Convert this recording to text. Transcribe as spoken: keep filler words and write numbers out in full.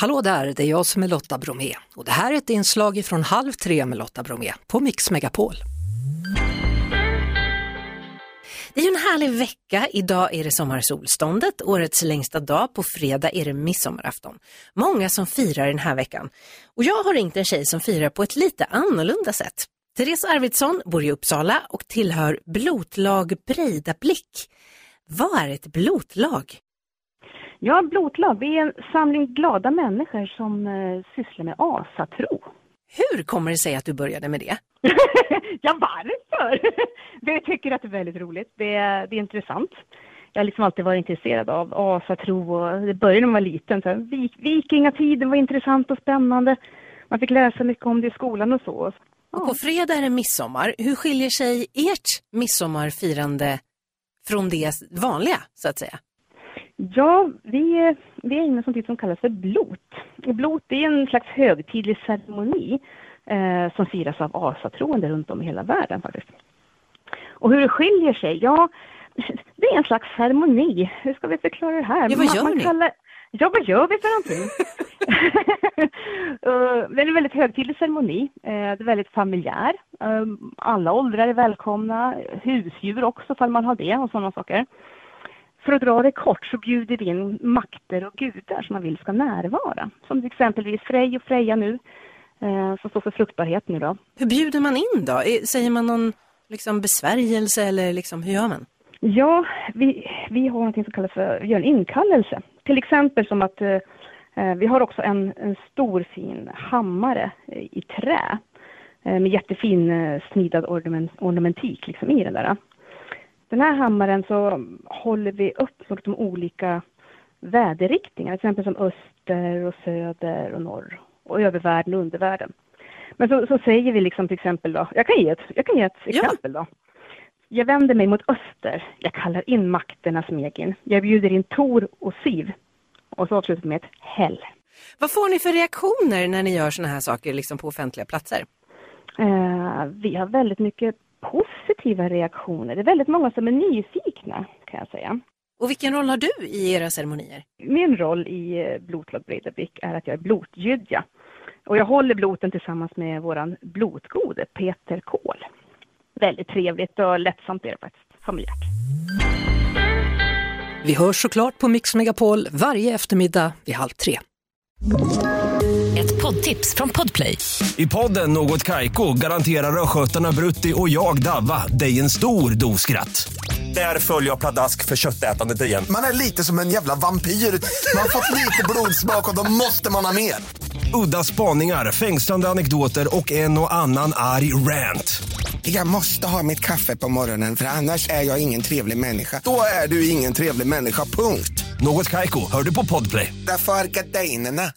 Hallå där, det är jag som är Lotta Bromé och det här är ett inslag från Halv tre med Lotta Bromé på Mix Megapol. Det är ju en härlig vecka. Idag är det sommarsolståndet, årets längsta dag. På fredag är det midsommarafton. Många som firar den här veckan. Och jag har ringt en tjej som firar på ett lite annorlunda sätt. Therese Arvidsson bor i Uppsala och tillhör Blotlag Breidablick. Vad är ett blotlag? Ja, blotlag, det är en samling glada människor som eh, sysslar med asatro. Hur kommer det sig att du började med det? Ja, varför? Jag tycker att det är väldigt roligt. Det är, det är intressant. Jag har liksom alltid varit intresserad av asatro och det började när man var liten. Så vik, vikingatiden var intressant och spännande. Man fick läsa mycket om det i skolan och så. Ja. Och på fredag är det midsommar. Hur skiljer sig ert midsommarfirande från det vanliga, så att säga? Ja, vi, vi är inne sånt som kallas för blot. Och blot är en slags högtidlig ceremoni eh, som firas av asatroende runt om i hela världen faktiskt. Och hur det skiljer sig? Ja, det är en slags ceremoni. Hur ska vi förklara det här? Ja, vad gör man, man ni? kallar... Ja, vad gör vi för någonting? uh, det är en väldigt högtidlig ceremoni. Uh, det är väldigt familjär. Uh, alla åldrar är välkomna. Husdjur också, fall man har det och sådana saker. För att dra det kort så bjuder vi in makter och gudar som man vill ska närvara. Som exempelvis Frej och Freja nu, eh, som står för fruktbarhet nu då. Hur bjuder man in då? Säger man någon liksom besvärjelse eller liksom, hur gör man? Ja, vi, vi har något som kallas för, vi gör en inkallelse. Till exempel som att eh, vi har också en, en stor fin hammare eh, i trä. Eh, med jättefin eh, snidad ornament, ornamentik liksom i den där. Den här hammaren så håller vi upp mot de olika väderriktningar, till exempel som öster och söder och norr och övervärlden och undervärlden. Men så, så säger vi liksom till exempel då, jag kan ge ett, jag kan ge ett exempel då. Jag vänder mig mot öster, jag kallar in makterna smegin, jag bjuder in Tor och Siv och så avslutar vi med ett häll. Vad får ni för reaktioner när ni gör såna här saker liksom på offentliga platser? Eh, vi har väldigt mycket positiva reaktioner. Det är väldigt många som är nyfikna, kan jag säga. Och vilken roll har du i era ceremonier? Min roll i Blotlag Breidablick är att jag är blotgydja. Och jag håller bloten tillsammans med våran blotgode Peter Kål. Väldigt trevligt och lättsamt är det faktiskt, familjärt. Vi hörs såklart på Mix Megapol varje eftermiddag vid halv tre. Ett poddtips från Podplay. I podden Något Kaiko garanterar röskötarna Brutti och jag Davva dig en stor doskratt. Där följer jag pladask för köttätandet igen. Man är lite som en jävla vampyr. Man har fått lite blodsmak och då måste man ha mer. Udda spaningar, fängslande anekdoter och en och annan arg rant. Jag måste ha mitt kaffe på morgonen för annars är jag ingen trevlig människa. Då är du ingen trevlig människa, punkt. Något Kaiko, hör du på Podplay. Därför är gardinerna.